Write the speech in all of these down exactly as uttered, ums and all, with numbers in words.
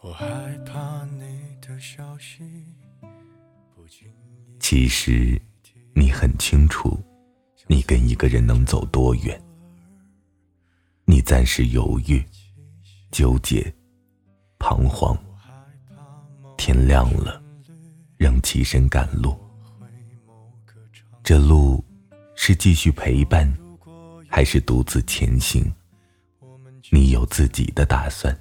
其实你很清楚你跟一个人能走多远，你暂时犹豫纠结彷徨，天亮了仍起身赶路。这路是继续陪伴还是独自前行，你有自己的打算。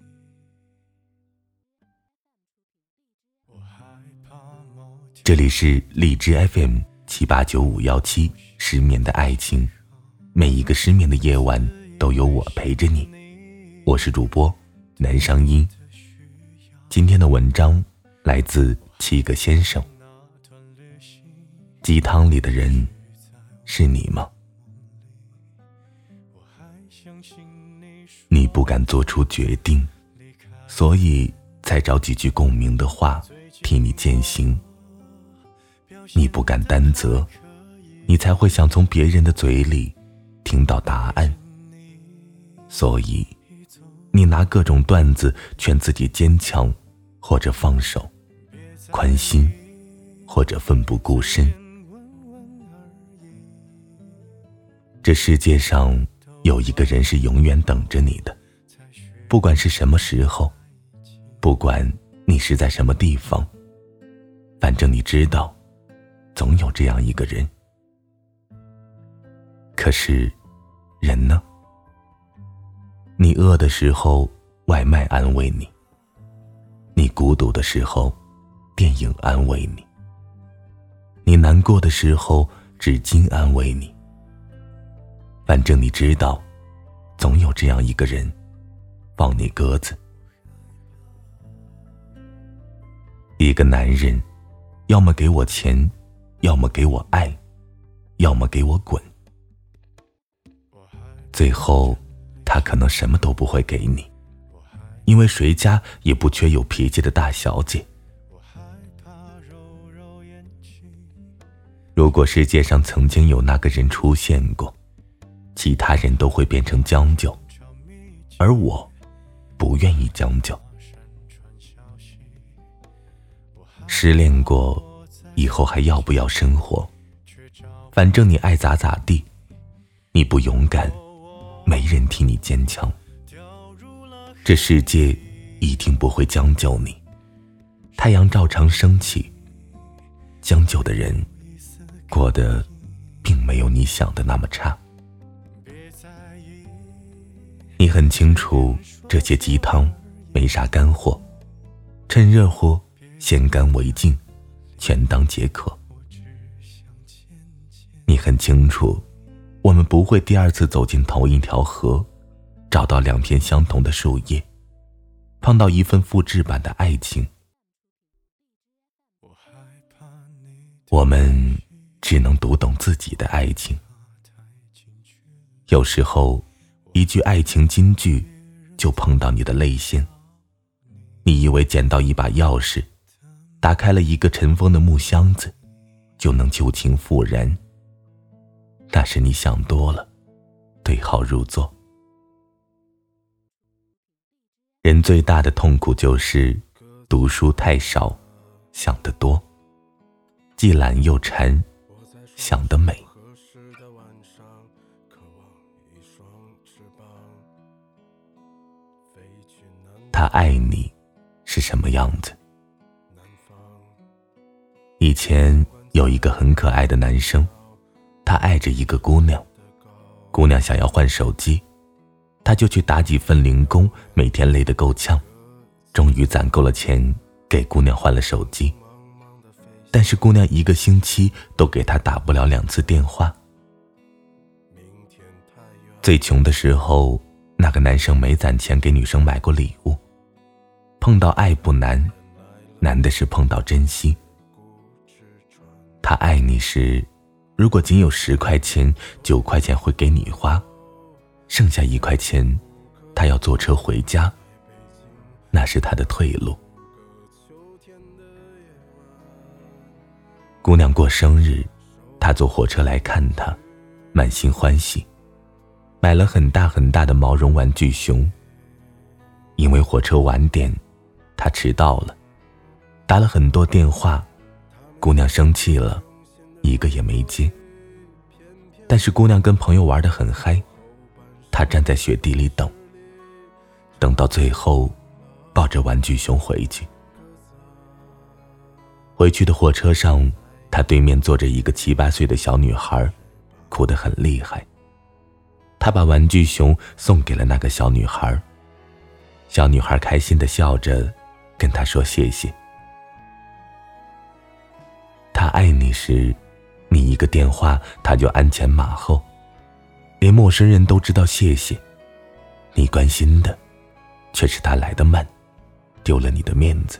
这里是荔枝 F M 七八九五一七，失眠的爱情，每一个失眠的夜晚都有我陪着你。我是主播南商英。今天的文章来自七个先生。鸡汤里的人是你吗？你不敢做出决定，所以才找几句共鸣的话替你践行。你不敢担责，你才会想从别人的嘴里听到答案。所以你拿各种段子劝自己坚强或者放手，宽心或者奋不顾身。这世界上有一个人是永远等着你的，不管是什么时候，不管你是在什么地方，反正你知道总有这样一个人。可是人呢？你饿的时候外卖安慰你，你孤独的时候电影安慰你，你难过的时候纸巾安慰你。反正你知道总有这样一个人放你鸽子。一个男人要么给我钱，要么给我爱，要么给我滚。最后他可能什么都不会给你，因为谁家也不缺有脾气的大小姐。如果世界上曾经有那个人出现过，其他人都会变成将就，而我不愿意将就。失恋过以后还要不要生活？反正你爱咋咋地，你不勇敢，没人替你坚强。这世界一定不会将就你，太阳照常升起，将就的人过得并没有你想的那么差。你很清楚这些鸡汤没啥干货，趁热乎先干为敬，全当解渴。你很清楚我们不会第二次走进同一条河，找到两片相同的树叶，碰到一份复制版的爱情。我们只能读懂自己的爱情。有时候一句爱情金句就碰到你的泪腺，你以为捡到一把钥匙，打开了一个尘封的木箱子，就能旧情复燃。那是你想多了，对号入座。人最大的痛苦就是读书太少，想得多，既懒又馋，想得美。他爱你是什么样子？以前有一个很可爱的男生，他爱着一个姑娘，姑娘想要换手机，他就去打几份零工，每天累得够呛，终于攒够了钱给姑娘换了手机。但是姑娘一个星期都给他打不了两次电话。最穷的时候，那个男生没攒钱给女生买过礼物。碰到爱不难，难的是碰到珍惜。他爱你时，如果仅有十块钱，九块钱会给你花，剩下一块钱他要坐车回家，那是他的退路。姑娘过生日，他坐火车来看她，满心欢喜，买了很大很大的毛绒玩具熊。因为火车晚点， 他迟到了，打了很多电话，姑娘生气了，一个也没接。但是姑娘跟朋友玩得很嗨，他站在雪地里等，等到最后抱着玩具熊回去。回去的火车上，他对面坐着一个七八岁的小女孩，哭得很厉害。他把玩具熊送给了那个小女孩，小女孩开心地笑着跟他说谢谢。他爱你时，你一个电话他就鞍前马后，连陌生人都知道谢谢。你关心的却是他来得慢，丢了你的面子。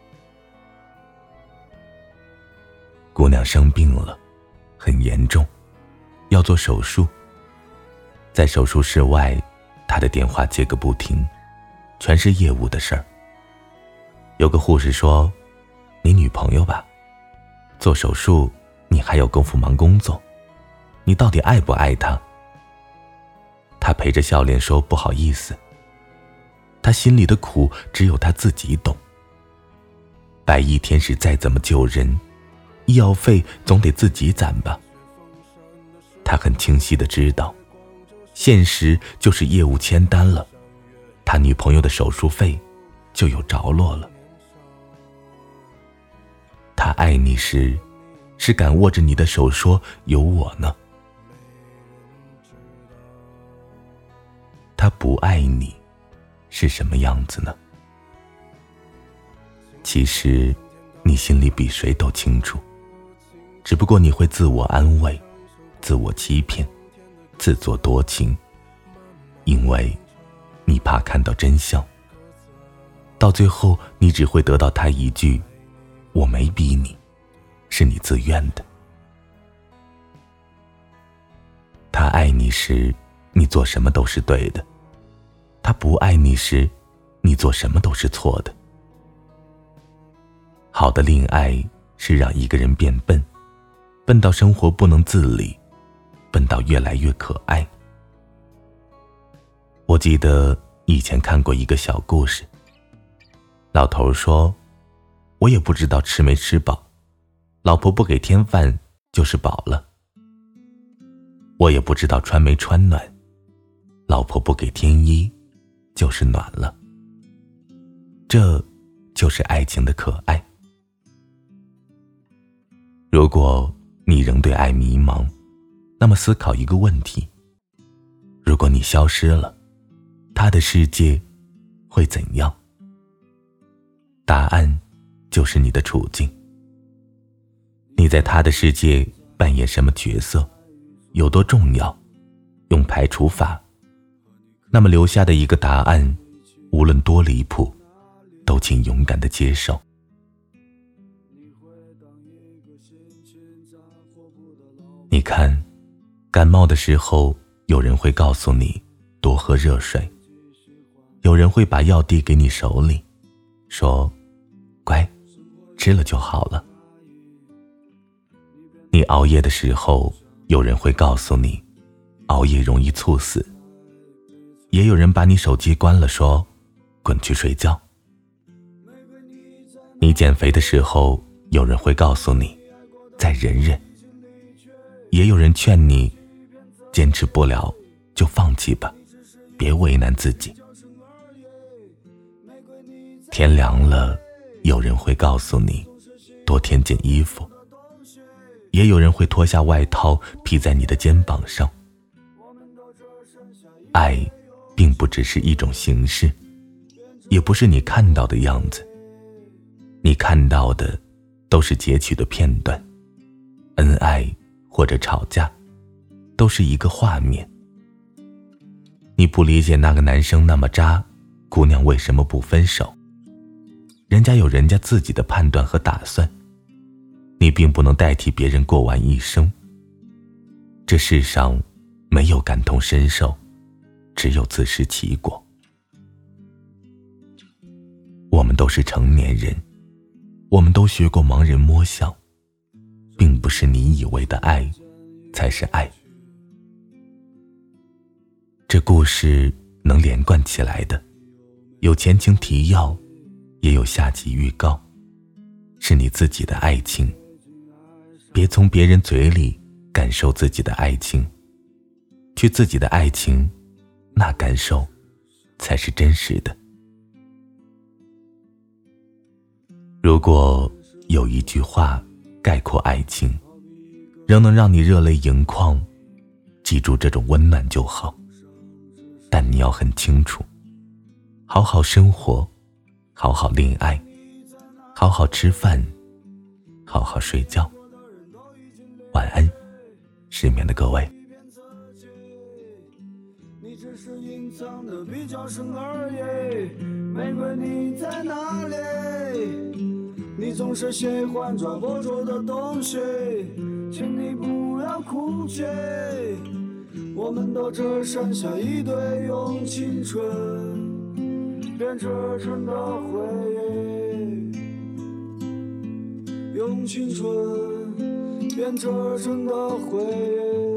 姑娘生病了，很严重，要做手术。在手术室外，她的电话接个不停，全是业务的事儿。有个护士说：“你女朋友吧？做手术你还有功夫忙工作，你到底爱不爱她？”她陪着笑脸说：“不好意思。”她心里的苦只有她自己懂。白衣天使再怎么救人，医药费总得自己攒吧。他很清晰地知道，现实就是业务签单了，他女朋友的手术费就有着落了。他爱你时，是敢握着你的手说有我呢。他不爱你，是什么样子呢？其实你心里比谁都清楚，只不过你会自我安慰，自我欺骗，自作多情，因为你怕看到真相。到最后你只会得到他一句：我没逼你，是你自愿的。他爱你时，你做什么都是对的；他不爱你时，你做什么都是错的。好的恋爱是让一个人变笨，笨到生活不能自理，笨到越来越可爱。我记得以前看过一个小故事，老头说：“我也不知道吃没吃饱，老婆不给添饭就是饱了。我也不知道穿没穿暖，老婆不给添衣就是暖了。”这就是爱情的可爱。如果你仍对爱迷茫，那么思考一个问题：如果你消失了，他的世界会怎样？答案就是你的处境。你在他的世界扮演什么角色，有多重要，用排除法，那么留下的一个答案，无论多离谱，都请勇敢地接受。你看，感冒的时候，有人会告诉你多喝热水，有人会把药递给你手里，说乖，吃了就好了。你熬夜的时候，有人会告诉你熬夜容易猝死，也有人把你手机关了，说滚去睡觉。你减肥的时候，有人会告诉你再忍忍，也有人劝你坚持不了就放弃吧，别为难自己。天凉了，有人会告诉你多添件衣服，也有人会脱下外套披在你的肩膀上。爱并不只是一种形式，也不是你看到的样子，你看到的都是截取的片段，恩爱或者吵架都是一个画面。你不理解那个男生那么渣，姑娘为什么不分手？人家有人家自己的判断和打算，你并不能代替别人过完一生。这世上没有感同身受，只有自食其果。我们都是成年人，我们都学过盲人摸象，并不是你以为的爱才是爱。这故事能连贯起来的，有前情提要， 也有下集预告，是你自己的爱情。别从别人嘴里感受自己的爱情，去自己的爱情，那感受才是真实的。如果有一句话概括爱情，仍能让你热泪盈眶，记住这种温暖就好。但你要很清楚，好好生活，好好恋爱，好好吃饭，好好睡觉。晚安，失眠的各位。 你只是隐藏的比较深而已，玫瑰你在哪里？你总是喜欢抓不住的东西，请你不要哭泣，我们都只剩下一堆用青春编织成的回忆，用青春编织成的回忆。